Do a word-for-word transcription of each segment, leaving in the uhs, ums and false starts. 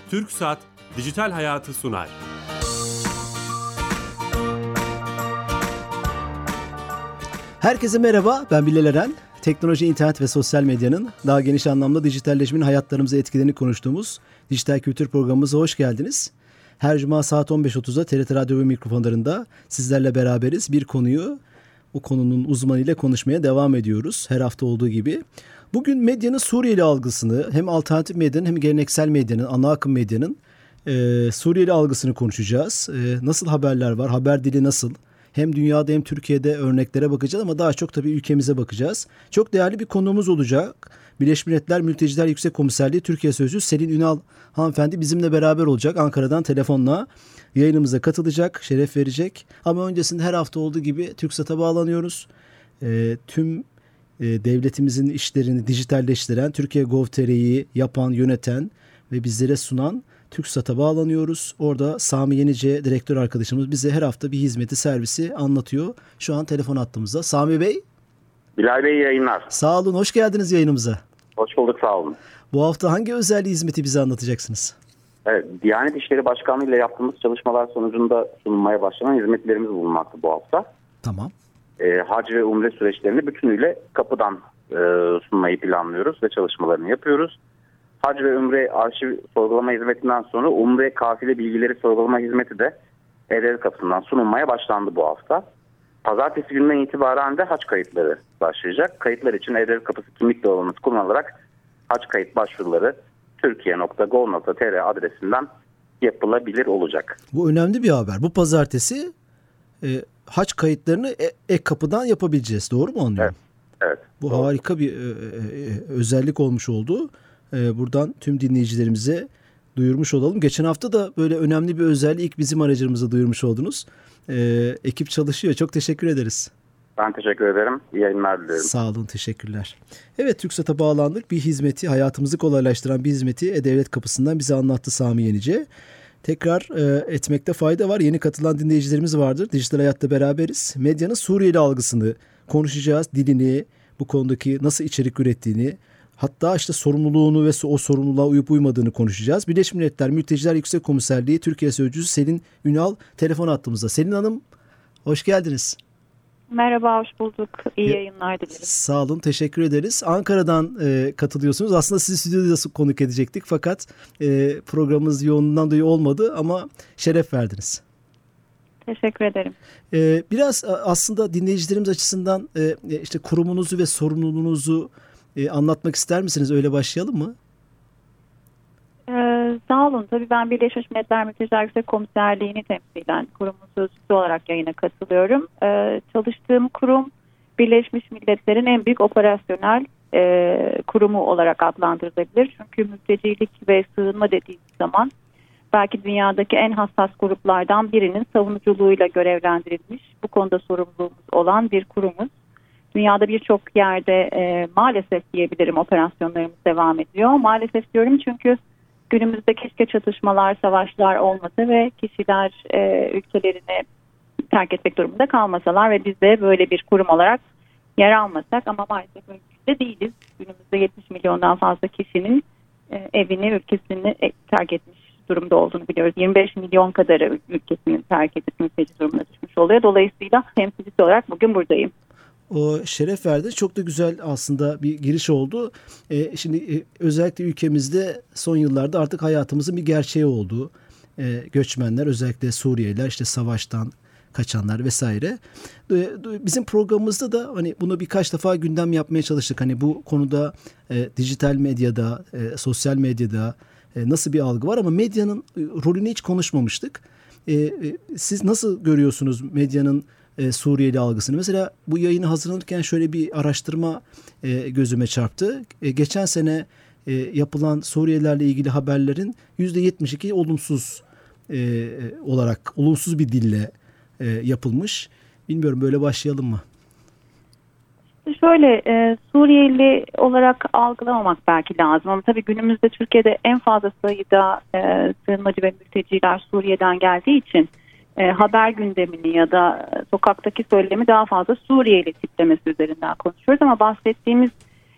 TürkSat Dijital Hayatı sunar. Herkese merhaba, ben Bilal Eren. Teknoloji, internet ve sosyal medyanın daha geniş anlamda dijitalleşmenin hayatlarımıza etkilerini konuştuğumuz Dijital Kültür programımıza hoş geldiniz. Her cuma saat on beş otuzda T R T Radyo ve mikrofonlarında sizlerle beraberiz. Bir konuyu o konunun uzmanıyla konuşmaya devam ediyoruz. Her hafta olduğu gibi. Bugün medyanın Suriyeli algısını, hem alternatif medyanın hem geleneksel medyanın, ana akım medyanın e, Suriyeli algısını konuşacağız. E, nasıl haberler var, haber dili nasıl? Hem dünyada hem Türkiye'de örneklere bakacağız ama daha çok tabii ülkemize bakacağız. Çok değerli bir konuğumuz olacak. Birleşmiş Milletler Mülteciler Yüksek Komiserliği Türkiye Sözcüsü Selin Ünal hanımefendi bizimle beraber olacak. Ankara'dan telefonla yayınımıza katılacak, şeref verecek. Ama öncesinde her hafta olduğu gibi TürkSat'a bağlanıyoruz. E, tüm e, devletimizin işlerini dijitalleştiren, Türkiye nokta gov nokta tr'yi yapan, yöneten ve bizlere sunan TürkSat'a bağlanıyoruz. Orada Sami Yenice direktör arkadaşımız bize her hafta bir hizmeti, servisi anlatıyor. Şu an telefon hattımızda. Sami Bey. Bilal Bey, yayınlar. Sağ olun, hoş geldiniz yayınımıza. Hoş bulduk, sağ olun. Bu hafta hangi özel hizmeti bize anlatacaksınız? Evet, Diyanet İşleri Başkanlığı ile yaptığımız çalışmalar sonucunda sunulmaya başlanan hizmetlerimiz bulunmakta bu hafta. Tamam. E, hac ve umre süreçlerini bütünüyle kapıdan e, sunmayı planlıyoruz ve çalışmalarını yapıyoruz. Hac ve umre arşiv sorgulama hizmetinden sonra umre kafile bilgileri sorgulama hizmeti de E-Devlet kapısından sunulmaya başlandı bu hafta. Pazartesi gününden itibaren de hac kayıtları başlayacak. Kayıtlar için E-Devlet kapısı kimlik doğrulaması kullanılarak hac kayıt başvuruları Türkiye nokta gov nokta tr adresinden yapılabilir olacak. Bu önemli bir haber. Bu pazartesi e, hac kayıtlarını e- ek kapıdan yapabileceğiz. Doğru mu anlıyorum? Evet. evet Bu doğru. harika bir e, e, özellik olmuş oldu. E, buradan tüm dinleyicilerimize duyurmuş olalım. Geçen hafta da böyle önemli bir özelliği ilk bizim aracımıza duyurmuş oldunuz. E, ekip çalışıyor. Çok teşekkür ederiz. Ben teşekkür ederim. İyi yayınlar diliyorum. Sağ olun, teşekkürler. Evet, TürkSat'a bağlandık. Bir hizmeti, hayatımızı kolaylaştıran bir hizmeti E-Devlet kapısından bize anlattı Sami Yenice. Tekrar e, etmekte fayda var. Yeni katılan dinleyicilerimiz vardır. Dijital hayatta beraberiz. Medyanın Suriyeli algısını konuşacağız. Dilini, bu konudaki nasıl içerik ürettiğini, hatta işte sorumluluğunu ve o sorumluluğa uyup uymadığını konuşacağız. Birleşmiş Milletler Mülteciler Yüksek Komiserliği Türkiye Sözcüsü Selin Ünal telefon hattımızda. Selin Hanım, hoş geldiniz. Merhaba, hoş bulduk. İyi yayınlar dilerim. Sağ olun, teşekkür ederiz. Ankara'dan e, katılıyorsunuz. Aslında sizi stüdyoda konuk edecektik fakat e, programımız yoğunluğundan dolayı olmadı ama şeref verdiniz. Teşekkür ederim. E, biraz aslında dinleyicilerimiz açısından e, işte kurumunuzu ve sorumluluğunuzu e, anlatmak ister misiniz? Öyle başlayalım mı? Ee, sağ olun. Tabii ben Birleşmiş Milletler Mülteciler Yüksek Komiserliği'ni temsilen kurumun sözcüsü olarak yayına katılıyorum. Ee, çalıştığım kurum Birleşmiş Milletler'in en büyük operasyonel e, kurumu olarak adlandırılabilir. Çünkü mültecilik ve sığınma dediğimiz zaman belki dünyadaki en hassas gruplardan birinin savunuculuğuyla görevlendirilmiş, bu konuda sorumluluğumuz olan bir kurumuz. Dünyada birçok yerde e, maalesef diyebilirim operasyonlarımız devam ediyor. Maalesef diyorum çünkü günümüzde keşke çatışmalar, savaşlar olmasa ve kişiler e, ülkelerini terk etmek durumunda kalmasalar ve biz de böyle bir kurum olarak yer almasak, ama maalesef ülkede değiliz. Günümüzde yetmiş milyondan fazla kişinin e, evini, ülkesini e, terk etmiş durumda olduğunu biliyoruz. yirmi beş milyon kadarı ülkesini terk edip mülteci durumuna düşmüş oluyor. Dolayısıyla temsilcisi olarak bugün buradayım. O şeref verdi. Çok da güzel aslında bir giriş oldu. Ee, şimdi e, özellikle ülkemizde son yıllarda artık hayatımızın bir gerçeği oldu. Ee, göçmenler, özellikle Suriyeliler, işte savaştan kaçanlar vesaire. Ee, bizim programımızda da hani bunu birkaç defa gündem yapmaya çalıştık. Hani bu konuda e, dijital medyada, e, sosyal medyada e, nasıl bir algı var, ama medyanın e, rolünü hiç konuşmamıştık. E, e, siz nasıl görüyorsunuz medyanın E, Suriyeli algısını? Mesela bu yayını hazırlanırken şöyle bir araştırma e, gözüme çarptı. E, geçen sene e, yapılan Suriyelilerle ilgili haberlerin yüzde yetmiş iki olumsuz e, olarak, olumsuz bir dille e, yapılmış. Bilmiyorum, böyle başlayalım mı? Şöyle e, Suriyeli olarak algılamamak belki lazım, ama tabii günümüzde Türkiye'de en fazla sayıda e, sığınmacı ve mülteciler Suriye'den geldiği için E, haber gündemini ya da sokaktaki söylemi daha fazla Suriyeli tiplemesi üzerinden konuşuyoruz, ama bahsettiğimiz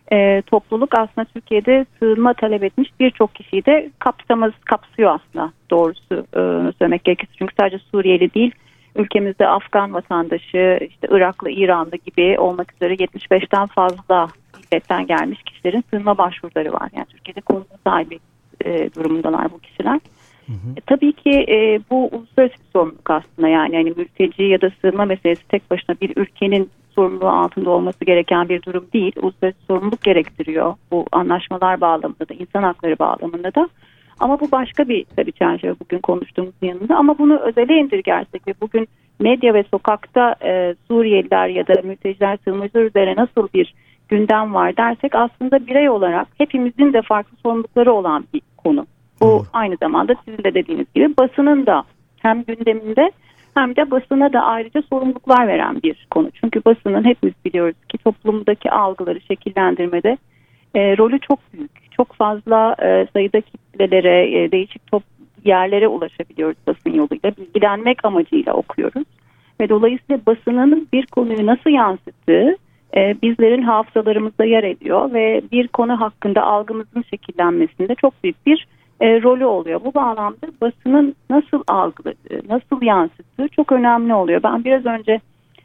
e, topluluk aslında Türkiye'de sığınma talep etmiş birçok kişiyi de kapsamaz, kapsıyor aslında doğrusu e, söylemek gerekirse. Çünkü sadece Suriyeli değil, ülkemizde Afgan vatandaşı, işte Iraklı, İranlı gibi olmak üzere yetmiş beşten fazla milletten gelmiş kişilerin sığınma başvuruları var. Yani Türkiye'de koruma sahibi e, durumundalar bu kişiler. Hı hı. E, tabii ki e, bu uluslararası bir sorumluluk aslında. Yani, yani mülteci ya da sığınma meselesi tek başına bir ülkenin sorumluluğu altında olması gereken bir durum değil. Uluslararası sorumluluk gerektiriyor. Bu anlaşmalar bağlamında da, insan hakları bağlamında da. Ama bu başka bir tabii çerçeve bugün konuştuğumuz yanında. Ama bunu özele indirgersek ve bugün medya ve sokakta e, Suriyeliler ya da mülteciler, sığınmacılar üzerine nasıl bir gündem var dersek aslında birey olarak hepimizin de farklı sorumlulukları olan bir konu. Bu oh. aynı zamanda sizin de dediğiniz gibi basının da hem gündeminde hem de basına da ayrıca sorumluluklar veren bir konu. Çünkü basının hepimiz biliyoruz ki toplumdaki algıları şekillendirmede e, rolü çok büyük. Çok fazla e, sayıda kitlelere, e, değişik top, yerlere ulaşabiliyoruz basın yoluyla. Bilgilenmek amacıyla okuyoruz. Ve dolayısıyla basının bir konuyu nasıl yansıttığı e, bizlerin hafızalarımızda yer ediyor ve bir konu hakkında algımızın şekillenmesinde çok büyük bir e, rolü oluyor. Bu bağlamda basının nasıl algıladığı, nasıl yansıttığı çok önemli oluyor. Ben biraz önce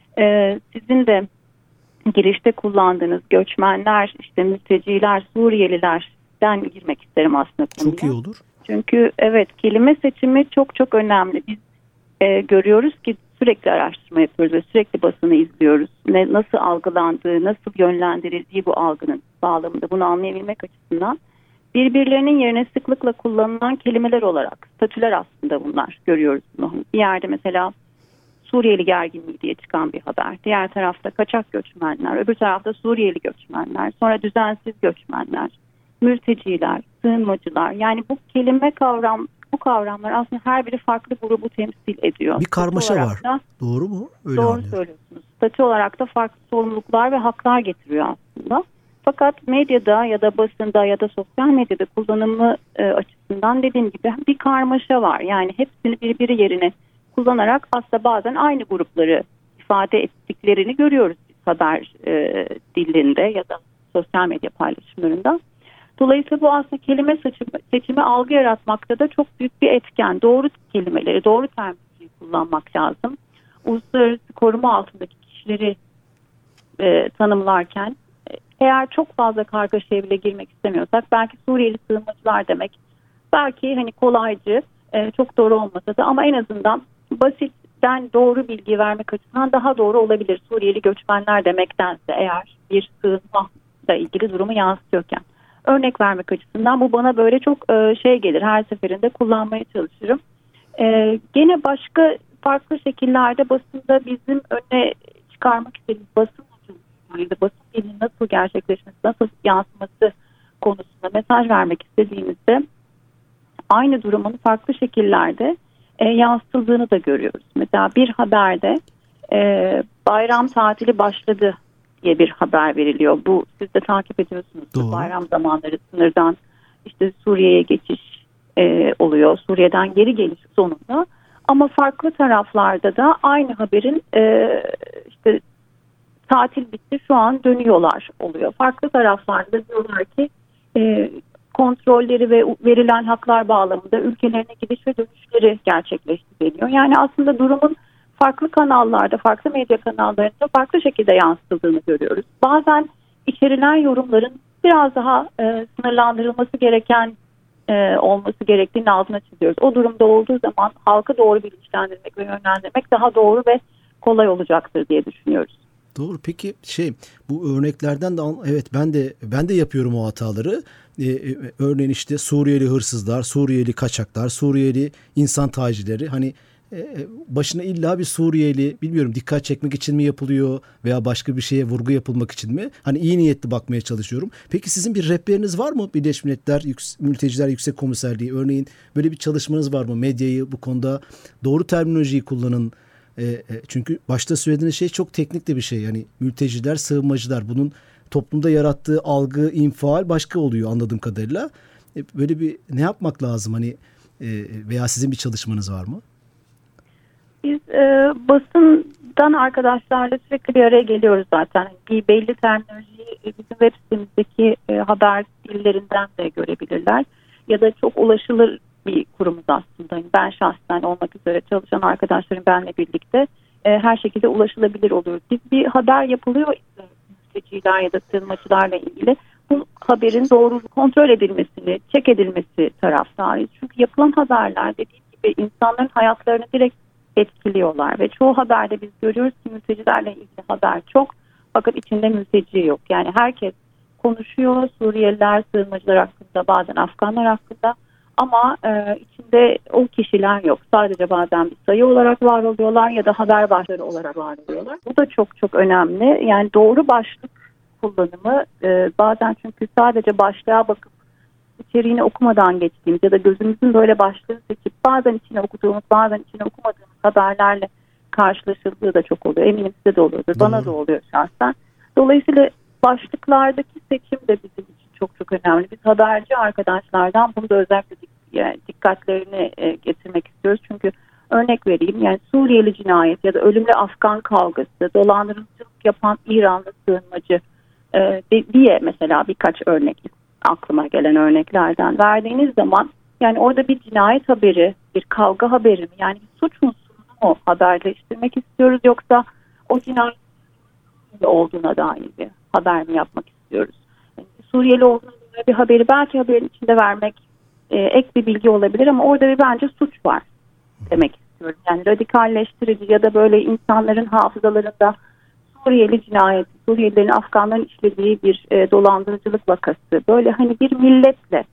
e, sizin de girişte kullandığınız göçmenler, işte mülteciler, Suriyelilerden girmek isterim aslında konuya. Çok iyi olur. Çünkü evet, kelime seçimi çok çok önemli. Biz e, görüyoruz ki sürekli araştırma yapıyoruz ve sürekli basını izliyoruz. Ne, nasıl algılandığı, nasıl yönlendirildiği bu algının bağlamında bunu anlayabilmek açısından birbirlerinin yerine sıklıkla kullanılan kelimeler olarak statüler aslında bunlar, görüyoruz bunu. Bir yerde mesela Suriyeli gerginliği diye çıkan bir haber. Diğer tarafta kaçak göçmenler, öbür tarafta Suriyeli göçmenler, sonra düzensiz göçmenler, mülteciler, sığınmacılar. Yani bu kelime kavram, bu kavramlar aslında her biri farklı grubu temsil ediyor. Bir karmaşa var. Da, doğru mu? Öyle doğru anlıyorum. söylüyorsunuz. Statü olarak da farklı sorumluluklar ve haklar getiriyor aslında. Fakat medyada ya da basında ya da sosyal medyada kullanımı e, açısından dediğim gibi bir karmaşa var. Yani hepsini birbiri yerine kullanarak aslında bazen aynı grupları ifade ettiklerini görüyoruz haber e, dilinde ya da sosyal medya paylaşımlarında. Dolayısıyla bu aslında kelime seçimi, seçimi algı yaratmakta da çok büyük bir etken. Doğru kelimeleri, doğru terminolojiyi kullanmak lazım. Uluslararası koruma altındaki kişileri e, tanımlarken e, eğer çok fazla kargaşaya bile girmek istemiyorsak belki Suriyeli sığınmacılar demek belki hani kolaycı, e, çok doğru olmasa da ama en azından basitten doğru bilgi vermek açısından daha doğru olabilir. Suriyeli göçmenler demektense eğer bir sığınmayla ilgili durumu yansıtıyorken. Örnek vermek açısından bu bana böyle çok e, şey gelir. Her seferinde kullanmaya çalışırım. E, gene başka farklı şekillerde basında bizim öne çıkarmak istediğimiz basın usulü, basın dilinin nasıl gerçekleşmesi, nasıl yansıması konusunda mesaj vermek istediğimizde aynı durumun farklı şekillerde e, yansıtıldığını da görüyoruz. Mesela bir haberde e, bayram tatili başladı diye bir haber veriliyor. Bu siz de takip ediyorsunuz. Doğru. Bayram zamanları sınırdan işte Suriye'ye geçiş e, oluyor. Suriye'den geri geliş sonunda. Ama farklı taraflarda da aynı haberin e, işte tatil bitti şu an dönüyorlar oluyor. Farklı taraflarda diyorlar ki e, kontrolleri ve verilen haklar bağlamında ülkelerine gidiş ve dönüşleri gerçekleşti deniyor. Yani aslında durumun farklı kanallarda, farklı medya kanallarında farklı şekilde yansıtıldığını görüyoruz. Bazen içerilen yorumların biraz daha e, sınırlandırılması gereken e, olması gerektiğini altına çiziyoruz. O durumda olduğu zaman halkı doğru bilinçlendirmek ve yönlendirmek daha doğru ve kolay olacaktır diye düşünüyoruz. Doğru. Peki şey bu örneklerden de evet ben de ben de yapıyorum o hataları. Ee, örneğin işte Suriyeli hırsızlar, Suriyeli kaçaklar, Suriyeli insan tacirleri hani başına illa bir Suriyeli bilmiyorum dikkat çekmek için mi yapılıyor veya başka bir şeye vurgu yapılmak için mi? Hani iyi niyetli bakmaya çalışıyorum. Peki sizin bir rehberiniz var mı? Birleşmiş Milletler Yüks- Mülteciler Yüksek Komiserliği örneğin böyle bir çalışmanız var mı? Medyayı bu konuda doğru terminolojiyi kullanın. E, e, çünkü başta söylediğiniz şey çok teknik de bir şey. Yani mülteciler, sığınmacılar bunun toplumda yarattığı algı, infial başka oluyor anladığım kadarıyla. E, böyle bir ne yapmak lazım hani e, veya sizin bir çalışmanız var mı? Biz e, basından arkadaşlarla sürekli bir araya geliyoruz zaten. Bir belli terminolojiyi bizim web sitemizdeki e, haber dillerinden de görebilirler. Ya da çok ulaşılır bir kurumuz aslında. Yani ben şahsen olmak üzere çalışan arkadaşlarım benle birlikte e, her şekilde ulaşılabilir oluyoruz. Biz bir haber yapılıyor mülteciler ya da sığınmacılarla ilgili. Bu haberin doğru kontrol edilmesini, çek edilmesi taraftarıyız. Çünkü yapılan haberler dediğim gibi insanların hayatlarını direkt etkiliyorlar ve çoğu haberde biz görüyoruz ki mültecilerle ilgili haber çok fakat içinde mülteci yok. Yani herkes konuşuyor Suriyeliler, sığınmacılar hakkında, bazen Afganlar hakkında ama e, içinde o kişiler yok. Sadece bazen bir sayı olarak var oluyorlar ya da haber başlığı olarak var oluyorlar. Bu da çok çok önemli. Yani doğru başlık kullanımı e, bazen çünkü sadece başlığa bakıp içeriğini okumadan geçtiğimiz ya da gözümüzün böyle başlığı seçip bazen içine okuduğumuz bazen içine okumadığımız haberlerle karşılaşıldığı da çok oluyor. Eminim size de oluyordur. Bana da oluyor şahsen. Dolayısıyla başlıklardaki seçim de bizim için çok çok önemli. Biz haberci arkadaşlardan bunu da özellikle yani dikkatlerini e, getirmek istiyoruz. Çünkü örnek vereyim yani Suriyeli cinayet ya da ölümlü Afgan kavgası, dolandırıcılık yapan İranlı sığınmacı e, diye mesela birkaç örnek aklıma gelen örneklerden verdiğiniz zaman yani orada bir cinayet haberi, bir kavga haberi mi yani bir suç unsurunu mu haberleştirmek istiyoruz yoksa o cinayet olduğuna dair bir haber mi yapmak istiyoruz? Yani Suriyeli olduğuna dair bir haberi belki haberin içinde vermek e, ek bir bilgi olabilir ama orada bir bence suç var demek istiyorum. Yani radikalleştirici ya da böyle insanların hafızalarında Suriyeli cinayeti, Suriyelilerin Afganların işlediği bir e, dolandırıcılık vakası. Böyle hani bir milletle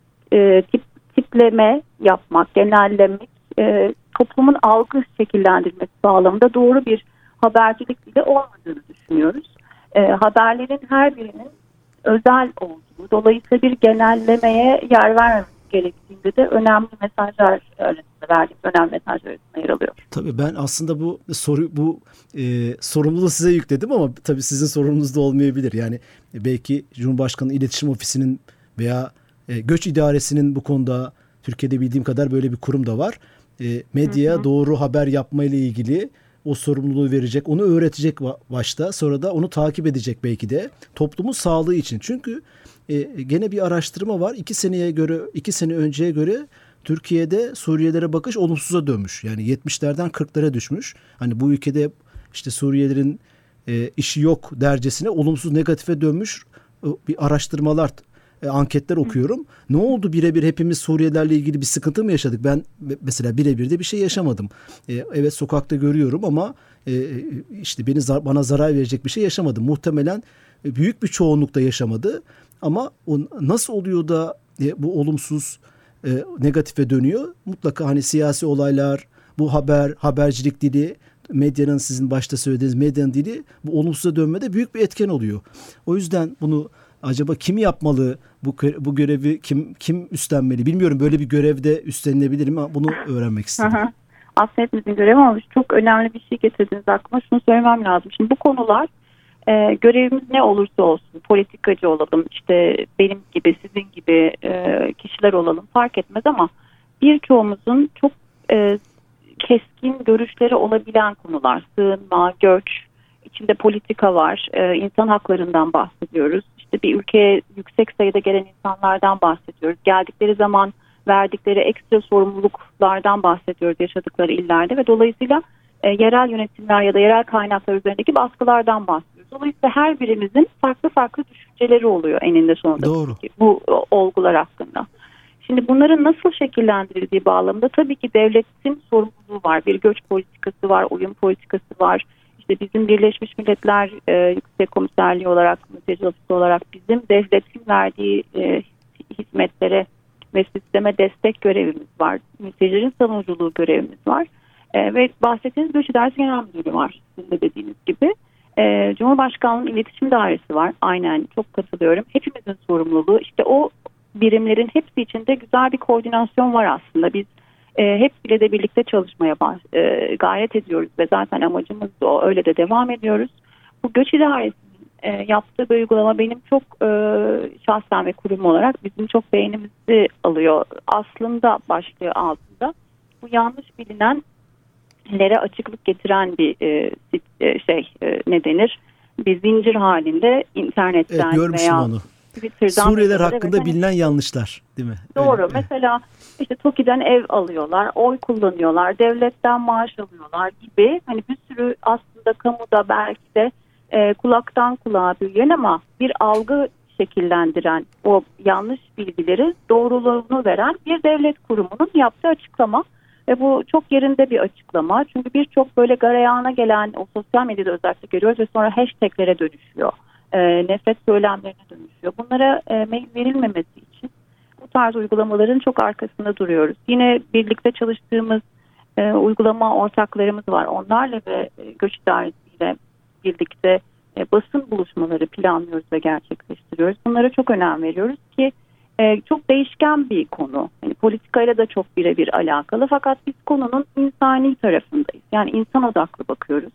e, tip, tipleme yapmak, genellemek, e, toplumun algı şekillendirmesi bağlamında doğru bir habercilik bile olmadığını düşünüyoruz. E, haberlerin her birinin özel olduğu, dolayısıyla bir genellemeye yer vermemiz gerektiğinde de önemli mesajlar arasında verdiğimiz önemli mesajlar arasında yer alıyor. Tabii ben aslında bu soru bu e, sorumluluğu size yükledim ama tabii sizin sorumlunuz da olmayabilir. Yani belki Cumhurbaşkanı İletişim Ofisi'nin veya e, Göç İdaresi'nin bu konuda Türkiye'de bildiğim kadar böyle bir kurum da var. E, medyaya hı hı. doğru haber yapma ile ilgili o sorumluluğu verecek, onu öğretecek başta, sonra da onu takip edecek belki de toplumun sağlığı için. Çünkü e, gene bir araştırma var. İki seneye göre, iki sene önceye göre Türkiye'de Suriyelilere bakış olumsuza dönmüş. Yani yetmişlerden kırklara düşmüş. Hani bu ülkede işte Suriyelilerin e, işi yok dercesine olumsuz negatife dönmüş e, bir araştırmalar, e, anketler okuyorum. Hı. Ne oldu birebir hepimiz Suriyelilerle ilgili bir sıkıntı mı yaşadık? Ben mesela birebir de bir şey yaşamadım. E, evet sokakta görüyorum ama e, işte beni bana zarar verecek bir şey yaşamadım. Muhtemelen e, büyük bir çoğunlukta yaşamadı. Ama o nasıl oluyor da e, bu olumsuz e, negatife dönüyor? Mutlaka hani siyasi olaylar, bu haber, habercilik dili, medyanın sizin başta söylediğiniz medyanın dili bu olumsuza dönmede büyük bir etken oluyor. O yüzden bunu acaba kim yapmalı? Bu bu görevi kim kim üstlenmeli? Bilmiyorum böyle bir görevde üstlenilebilir mi? Bunu öğrenmek istedim. Hı hı. Aslında hepimizin görevi olmuş. Çok önemli bir şey getirdiniz aklıma. Şunu söylemem lazım. Şimdi bu konular e, görevimiz ne olursa olsun, politikacı olalım, işte benim gibi, sizin gibi e, kişiler olalım fark etmez ama birçoğumuzun çok e, keskin görüşleri olabilen konular. Sığınma, göç, içinde politika var, e, insan haklarından bahsediyoruz. İşte bir ülkeye yüksek sayıda gelen insanlardan bahsediyoruz. Geldikleri zaman verdikleri ekstra sorumluluklardan bahsediyoruz yaşadıkları illerde ve dolayısıyla e, yerel yönetimler ya da yerel kaynaklar üzerindeki baskılardan bahsediyoruz. Dolayısıyla her birimizin farklı farklı düşünceleri oluyor eninde sonunda. Doğru. Bu o, olgular hakkında. Şimdi bunların nasıl şekillendirildiği bağlamında tabii ki devletin sorumluluğu var. Bir göç politikası var, uyum politikası var. İşte bizim Birleşmiş Milletler e, Yüksek Komiserliği olarak, mülteci ofisi olarak bizim devletin verdiği e, hizmetlere ve sisteme destek görevimiz var. Mültecilerin savunuculuğu görevimiz var. E, ve bahsettiğiniz Göç İdaresi Genel Müdürlüğü var. Sizin de dediğiniz gibi. E, Cumhurbaşkanlığı'nın iletişim dairesi var. Aynen çok katılıyorum. Hepimizin sorumluluğu. İşte o birimlerin hepsi içinde güzel bir koordinasyon var aslında. Biz e, hepsiyle de birlikte çalışmaya baş, e, gayret ediyoruz ve zaten amacımız da o. Öyle de devam ediyoruz. Bu Göç İdaresi'nin e, yaptığı bir uygulama benim çok e, şahsen ve kurum olarak bizim çok beğenimizi alıyor. Aslında başlığı altında bu yanlış bilinen lere açıklık getiren bir e, şey e, ne denir? Bir zincir halinde internetten evet, veya onu. Twitter'dan Suriyeliler hakkında bilinen hani, yanlışlar değil mi? Doğru. Öyle. Mesela işte TOKİ'den ev alıyorlar, oy kullanıyorlar, devletten maaş alıyorlar gibi hani bir sürü aslında kamuda belki de e, kulaktan kulağa büyüyen ama bir algı şekillendiren o yanlış bilgileri doğruluğunu veren bir devlet kurumunun yaptığı açıklama. Ve bu çok yerinde bir açıklama. Çünkü birçok böyle garayana gelen o sosyal medyada özellikle görüyoruz ve sonra hashtaglere dönüşüyor. E, nefret söylemlerine dönüşüyor. Bunlara e, mail verilmemesi için bu tarz uygulamaların çok arkasında duruyoruz. Yine birlikte çalıştığımız e, uygulama ortaklarımız var. Onlarla ve e, Göç İdaresi'yle birlikte e, basın buluşmaları planlıyoruz ve gerçekleştiriyoruz. Bunlara çok önem veriyoruz ki e, çok değişken bir konu. Yani politikayla da çok birebir alakalı fakat biz konunun insani tarafındayız. Yani insan odaklı bakıyoruz.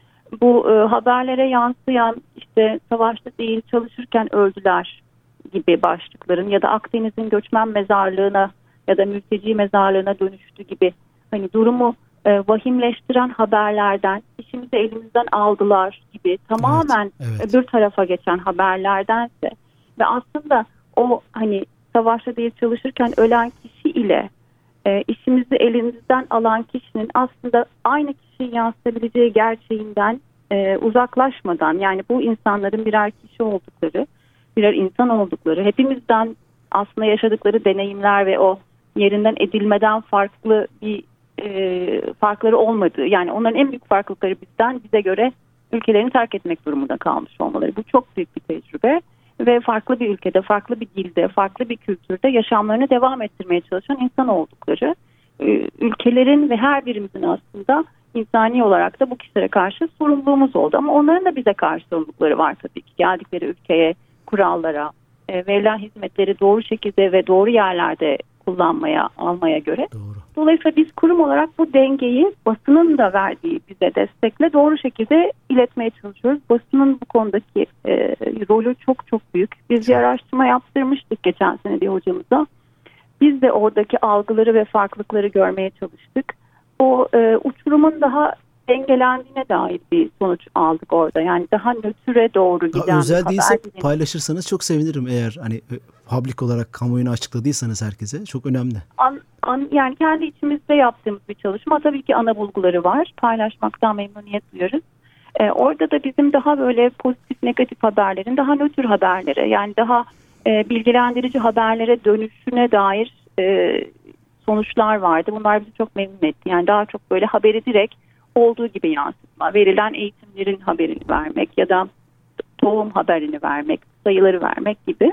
Bu e, haberlere yansıyan işte savaşta değil çalışırken öldüler gibi başlıkların ya da Akdeniz'in göçmen mezarlığına ya da mülteci mezarlığına dönüştü gibi hani durumu e, vahimleştiren haberlerden işimizi elimizden aldılar gibi tamamen evet, evet. öbür tarafa geçen haberlerdense ve aslında o hani savaşta değil çalışırken ölen kişi ile e, işimizi elimizden alan kişinin aslında aynı kişiyi yansıtabileceği gerçeğinden e, uzaklaşmadan yani bu insanların birer kişi oldukları, birer insan oldukları, hepimizden aslında yaşadıkları deneyimler ve o yerinden edilmeden farklı bir e, farkları olmadığı, yani onların en büyük farklılıkları bizden bize göre ülkelerini terk etmek durumunda kalmış olmaları. Bu çok büyük bir tecrübe ve farklı bir ülkede, farklı bir dilde, farklı bir kültürde yaşamlarını devam ettirmeye çalışan insan oldukları, e, ülkelerin ve her birimizin aslında insani olarak da bu kişilere karşı sorumluluğumuz oldu. Ama onların da bize karşı sorumlulukları var tabii ki. Geldikleri ülkeye, kurallara, e, verilen hizmetleri doğru şekilde ve doğru yerlerde kullanmaya, almaya göre. Doğru. Dolayısıyla biz kurum olarak bu dengeyi basının da verdiği bize destekle doğru şekilde iletmeye çalışıyoruz. Basının bu konudaki e, rolü çok çok büyük. Biz bir araştırma yaptırmıştık geçen sene bir hocamıza. Biz de oradaki algıları ve farklılıkları görmeye çalıştık. O e, uçurumun daha dengelendiğine dair bir sonuç aldık orada. Yani daha nötre doğru giden daha özel değilse dilin. Paylaşırsanız çok sevinirim eğer hani public olarak kamuoyuna açıkladıysanız herkese. Çok önemli. An, an, yani kendi içimizde yaptığımız bir çalışma. Tabii ki ana bulguları var. Paylaşmaktan memnuniyet duyuyoruz. Ee, orada da bizim daha böyle pozitif negatif haberlerin daha nötr haberlere yani daha e, bilgilendirici haberlere dönüşüne dair e, sonuçlar vardı. Bunlar bizi çok memnun etti. Yani daha çok böyle haberi direkt olduğu gibi yansıtma, verilen eğitimlerin haberini vermek ya da tohum haberini vermek, sayıları vermek gibi.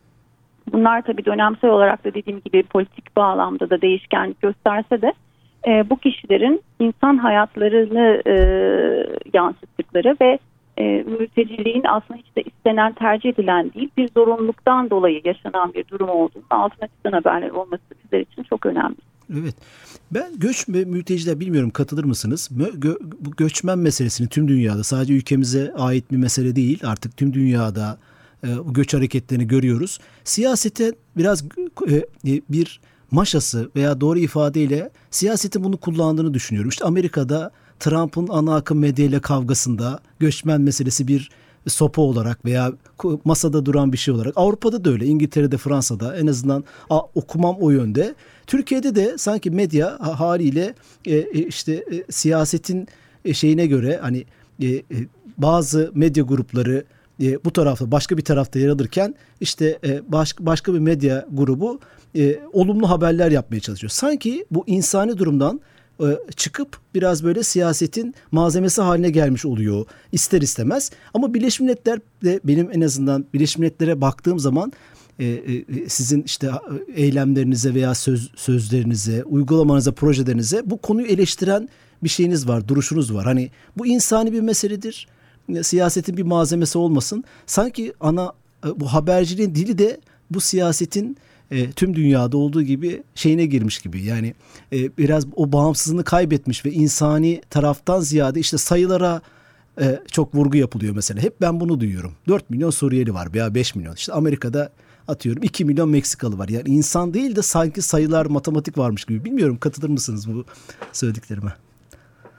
Bunlar tabii dönemsel olarak da dediğim gibi politik bağlamda da değişkenlik gösterse de e, bu kişilerin insan hayatlarını e, yansıttıkları ve e, mülteciliğin aslında hiç de istenen, tercih edilen değil, bir zorunluluktan dolayı yaşanan bir durum olduğunu altına çizen haberler olması bizler için çok önemli. Evet. Ben göç ve mülteciler bilmiyorum katılır mısınız? Gö- bu göçmen meselesini tüm dünyada sadece ülkemize ait bir mesele değil. Artık tüm dünyada e, bu göç hareketlerini görüyoruz. Siyasete biraz e, bir maşası veya doğru ifadeyle siyasetin bunu kullandığını düşünüyorum. İşte Amerika'da Trump'ın ana akım medyayla kavgasında göçmen meselesi bir sopa olarak veya masada duran bir şey olarak. Avrupa'da da öyle. İngiltere'de, Fransa'da en azından a, okumam o yönde. Türkiye'de de sanki medya haliyle e, işte e, siyasetin e, şeyine göre hani e, e, bazı medya grupları e, bu tarafta başka bir tarafta yer alırken işte e, baş, başka bir medya grubu e, olumlu haberler yapmaya çalışıyor. Sanki bu insani durumdan çıkıp biraz böyle siyasetin malzemesi haline gelmiş oluyor ister istemez. Ama Birleşmiş Milletler de benim en azından Birleşmiş Milletler'e baktığım zaman e, e, sizin işte eylemlerinize veya söz, sözlerinize, uygulamanıza, projelerinize bu konuyu eleştiren bir şeyiniz var, duruşunuz var. Hani bu insani bir meseledir. Siyasetin bir malzemesi olmasın. Sanki ana bu haberciliğin dili de bu siyasetin E, tüm dünyada olduğu gibi şeyine girmiş gibi. Yani e, biraz o bağımsızlığını kaybetmiş ve insani taraftan ziyade işte sayılara e, çok vurgu yapılıyor mesela. Hep ben bunu duyuyorum. dört milyon Suriyeli var veya beş milyon. İşte Amerika'da atıyorum iki milyon Meksikalı var. Yani insan değil de sanki sayılar, matematik varmış gibi. Bilmiyorum katılır mısınız bu söylediklerime?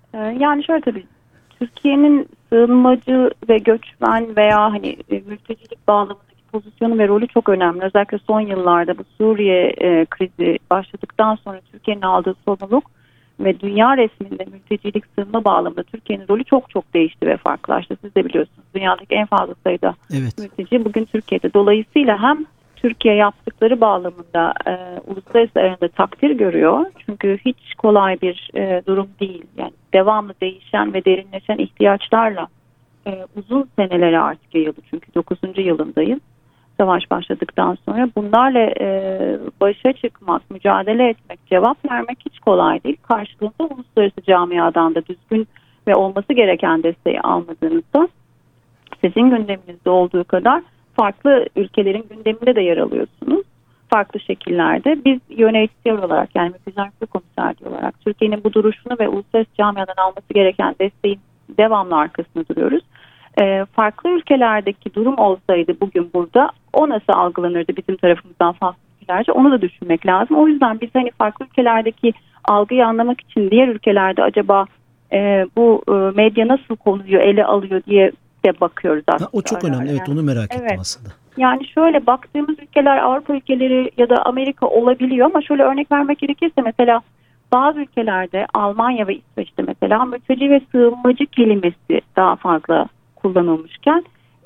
Yani şöyle tabii Türkiye'nin sığınmacı ve göçmen veya hani mültecilik bağlamındaki pozisyonu ve rolü çok önemli. Özellikle son yıllarda bu Suriye e, krizi başladıktan sonra Türkiye'nin aldığı sorumluluk ve dünya resminde mültecilik sığınma bağlamında Türkiye'nin rolü çok çok değişti ve farklılaştı. Siz de biliyorsunuz dünyadaki en fazla sayıda evet. mülteci bugün Türkiye'de. Dolayısıyla hem Türkiye yaptıkları bağlamında e, uluslararası arenada takdir görüyor. Çünkü hiç kolay bir e, durum değil. Yani devamlı değişen ve derinleşen ihtiyaçlarla e, uzun senelere artık yayıldı. Çünkü dokuzuncu yılındayız. Savaş başladıktan sonra bunlarla e, başa çıkmak, mücadele etmek, cevap vermek hiç kolay değil. Karşılığında uluslararası camiadan da düzgün ve olması gereken desteği almadığınızda sizin gündeminizde olduğu kadar farklı ülkelerin gündeminde de yer alıyorsunuz. Farklı şekillerde. Biz yönetici olarak yani Mülteciler Komiserliği olarak Türkiye'nin bu duruşunu ve uluslararası camiadan alması gereken desteğin devamlı arkasında duruyoruz. Ee, farklı ülkelerdeki durum olsaydı bugün burada o nasıl algılanırdı bizim tarafımızdan farklı ülkelerce onu da düşünmek lazım. O yüzden biz hani farklı ülkelerdeki algıyı anlamak için diğer ülkelerde acaba e, bu e, medya nasıl konuyu ele alıyor diye de bakıyoruz aslında. Ha, o çok önemli. Evet, onu merak ettim evet. aslında. Yani şöyle baktığımız ülkeler Avrupa ülkeleri ya da Amerika olabiliyor ama şöyle örnek vermek gerekirse mesela bazı ülkelerde Almanya ve İsveç'te mesela mülteci ve sığınmacı kelimesi daha fazla kullanılmışken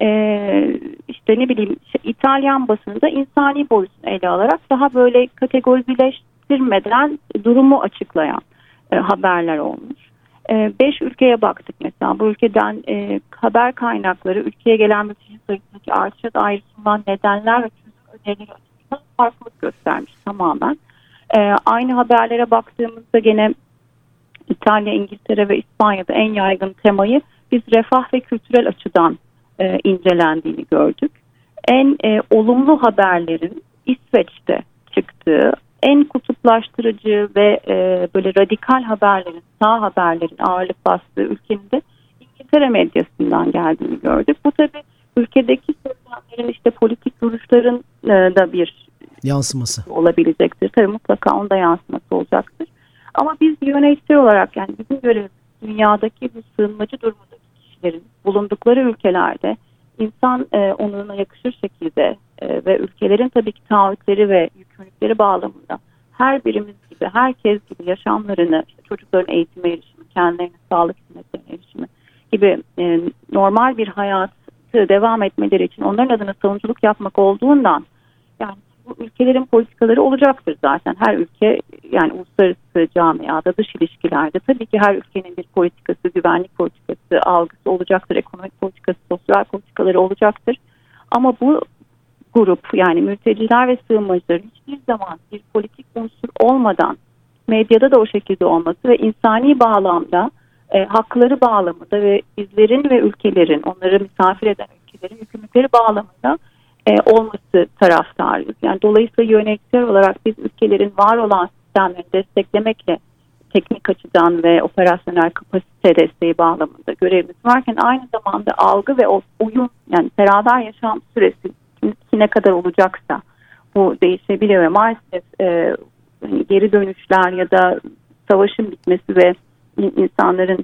e, işte ne bileyim İtalyan basınında insani boyutunu ele alarak daha böyle kategorileştirmeden durumu açıklayan e, haberler olmuş. Beş ülkeye baktık mesela. Bu ülkeden e, haber kaynakları ülkeye gelen mülteci sayısındaki artışa dair sunulan nedenler ve çözüm önerileri açısından farklılık göstermiş tamamen. E, aynı haberlere baktığımızda gene İtalya, İngiltere ve İspanya'da en yaygın temayı biz refah ve kültürel açıdan e, incelendiğini gördük. En e, olumlu haberlerin İsveç'te çıktığı, en kutuplaştırıcı ve e, böyle radikal haberlerin, sağ haberlerin ağırlık bastığı ülkenin de İngiltere medyasından geldiğini gördük. Bu tabii ülkedeki söylemlerin işte politik duruşların e, da bir yansıması olabilecektir. Tabii mutlaka onda yansıması olacaktır. Ama biz yönetici olarak yani bizim görevimiz dünyadaki bu sığınmacı durumundaki kişilerin bulundukları ülkelerde insan e, onuruna yakışır şekilde e, ve ülkelerin tabii ki taahhütleri ve yükümlülükleri bağlamında her birimiz gibi, herkes gibi yaşamlarını, işte çocukların eğitime erişimi, kendilerine sağlık hizmetlerine erişimi gibi e, normal bir hayatı devam etmeleri için onların adına savunuculuk yapmak olduğundan yani bu ülkelerin politikaları olacaktır zaten. Her ülke yani uluslararası camiada, dış ilişkilerde tabii ki her ülkenin bir politikası, güvenlik politikası, algısı olacaktır. Ekonomik politikası, sosyal politikaları olacaktır. Ama bu grup yani mülteciler ve sığınmacıların hiçbir zaman bir politik unsur olmadan medyada da o şekilde olması ve insani bağlamda e, hakları bağlamında ve bizlerin ve ülkelerin, onları misafir eden ülkelerin yükümlülükleri bağlamında e, olması taraftarıyız. Yani dolayısıyla yöneticiler olarak biz ülkelerin var olan sistemlerini desteklemekle teknik açıdan ve operasyonel kapasite desteği bağlamında görevimiz varken aynı zamanda algı ve uyum yani beraber yaşam süresi ne kadar olacaksa bu değişebiliyor ve maalesef e, geri dönüşler ya da savaşın bitmesi ve insanların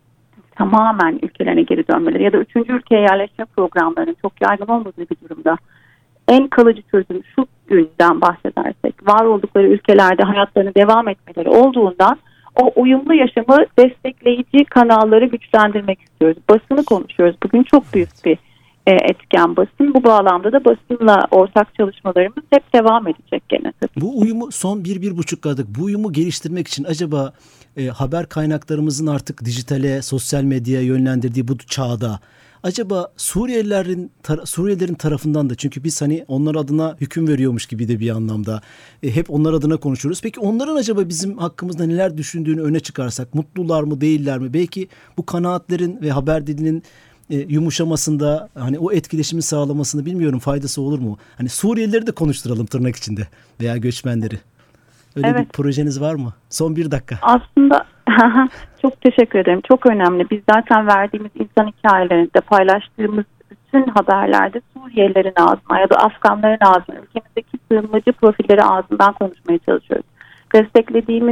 tamamen ülkelerine geri dönmeleri ya da üçüncü ülkeye yerleşme programlarının çok yaygın olmadığı bir durumda en kalıcı çözüm şu günden bahsedersek var oldukları ülkelerde hayatlarını devam etmeleri olduğundan o uyumlu yaşamı destekleyici kanalları güçlendirmek istiyoruz. Basını konuşuyoruz. Bugün çok büyük bir etken basın. Bu bağlamda da basınla ortak çalışmalarımız hep devam edecek gene tabii. Bu uyumu son bir, bir buçuk yıllık bu uyumu geliştirmek için acaba e, haber kaynaklarımızın artık dijitale, sosyal medyaya yönlendirdiği bu çağda acaba Suriyelilerin tar- Suriyelilerin tarafından da çünkü biz hani onlar adına hüküm veriyormuş gibi de bir anlamda e, hep onlar adına konuşuyoruz. Peki onların acaba bizim hakkımızda neler düşündüğünü öne çıkarsak mutlular mı değiller mi? Belki bu kanaatlerin ve haber dilinin e, yumuşamasında hani o etkileşimi sağlamasında bilmiyorum faydası olur mu? Hani Suriyelileri de konuşturalım tırnak içinde veya göçmenleri. Öyle evet. Bir projeniz var mı? Son bir dakika. Aslında çok teşekkür ederim. Çok önemli. Biz zaten verdiğimiz insan hikayelerinde paylaştığımız bütün haberlerde Suriyelilerin ağzından ya da Afganların ağzından, ülkemizdeki sığınmacı profilleri ağzından konuşmaya çalışıyoruz. Desteklediğimiz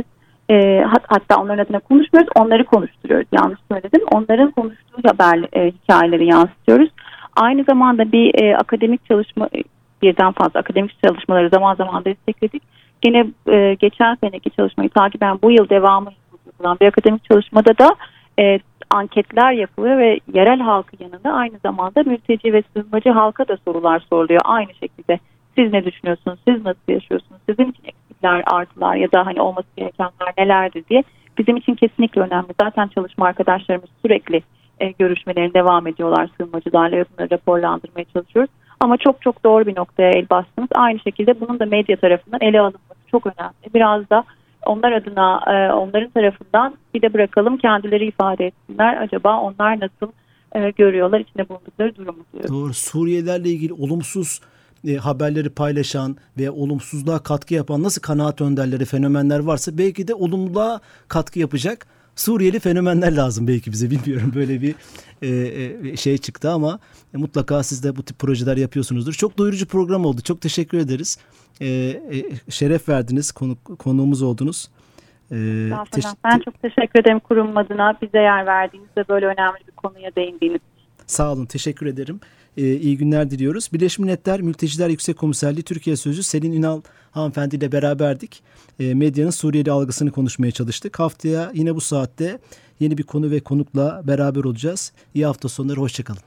E, hat, hatta onların adına konuşmuyoruz, onları konuşturuyoruz. Yanlış söyledim. Onların konuştuğu haber e, hikayeleri yansıtıyoruz. Aynı zamanda bir e, akademik çalışma, birden fazla akademik çalışmaları zaman zaman destekledik. Yine e, geçen seneki çalışmayı takiben bu yıl devamı yapılan bir akademik çalışmada da e, anketler yapılıyor ve yerel halkın yanında aynı zamanda mülteci ve sığınmacı halka da sorular soruluyor. Aynı şekilde siz ne düşünüyorsunuz, siz nasıl yaşıyorsunuz, sizin için eksikler, artılar ya da hani olması gerekenler nelerdir diye bizim için kesinlikle önemli. Zaten çalışma arkadaşlarımız sürekli e, görüşmelerini devam ediyorlar sığınmacılarla ve bunları raporlandırmaya çalışıyoruz. Ama çok çok doğru bir noktaya el bastınız. Aynı şekilde bunun da medya tarafından ele alınması çok önemli. Biraz da onlar adına, onların tarafından bir de bırakalım kendileri ifade etsinler. Acaba onlar nasıl görüyorlar içinde bulundukları durumu diyor. Doğru. Suriyelilerle ilgili olumsuz e, haberleri paylaşan ve olumsuzluğa katkı yapan nasıl kanaat önderleri, fenomenler varsa belki de olumluğa katkı yapacak Suriyeli fenomenler lazım belki bize, bilmiyorum, böyle bir e, e, şey çıktı ama e, mutlaka siz de bu tip projeler yapıyorsunuzdur. Çok doyurucu program oldu. Çok teşekkür ederiz. E, e, şeref verdiniz. Konu, konuğumuz oldunuz. E, teş- ben çok teşekkür ederim kurum adına bize yer verdiğiniz ve böyle önemli bir konuya değindiğiniz. Sağ olun. Teşekkür ederim. Ee, iyi günler diliyoruz. Birleşmiş Milletler Mülteciler Yüksek Komiserliği Türkiye Sözcüsü Selin Ünal hanımefendi ile beraberdik. Ee, medyanın Suriyeli algısını konuşmaya çalıştık. Haftaya yine bu saatte yeni bir konu ve konukla beraber olacağız. İyi hafta sonları. Hoşçakalın.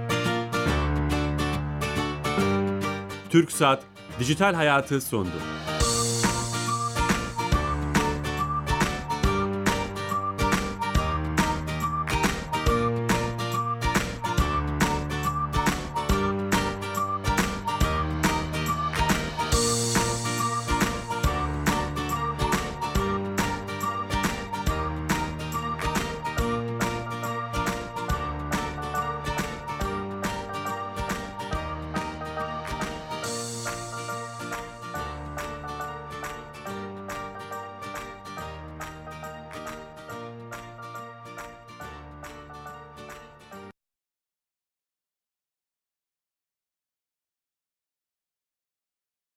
TürkSat Dijital Hayatı sundu.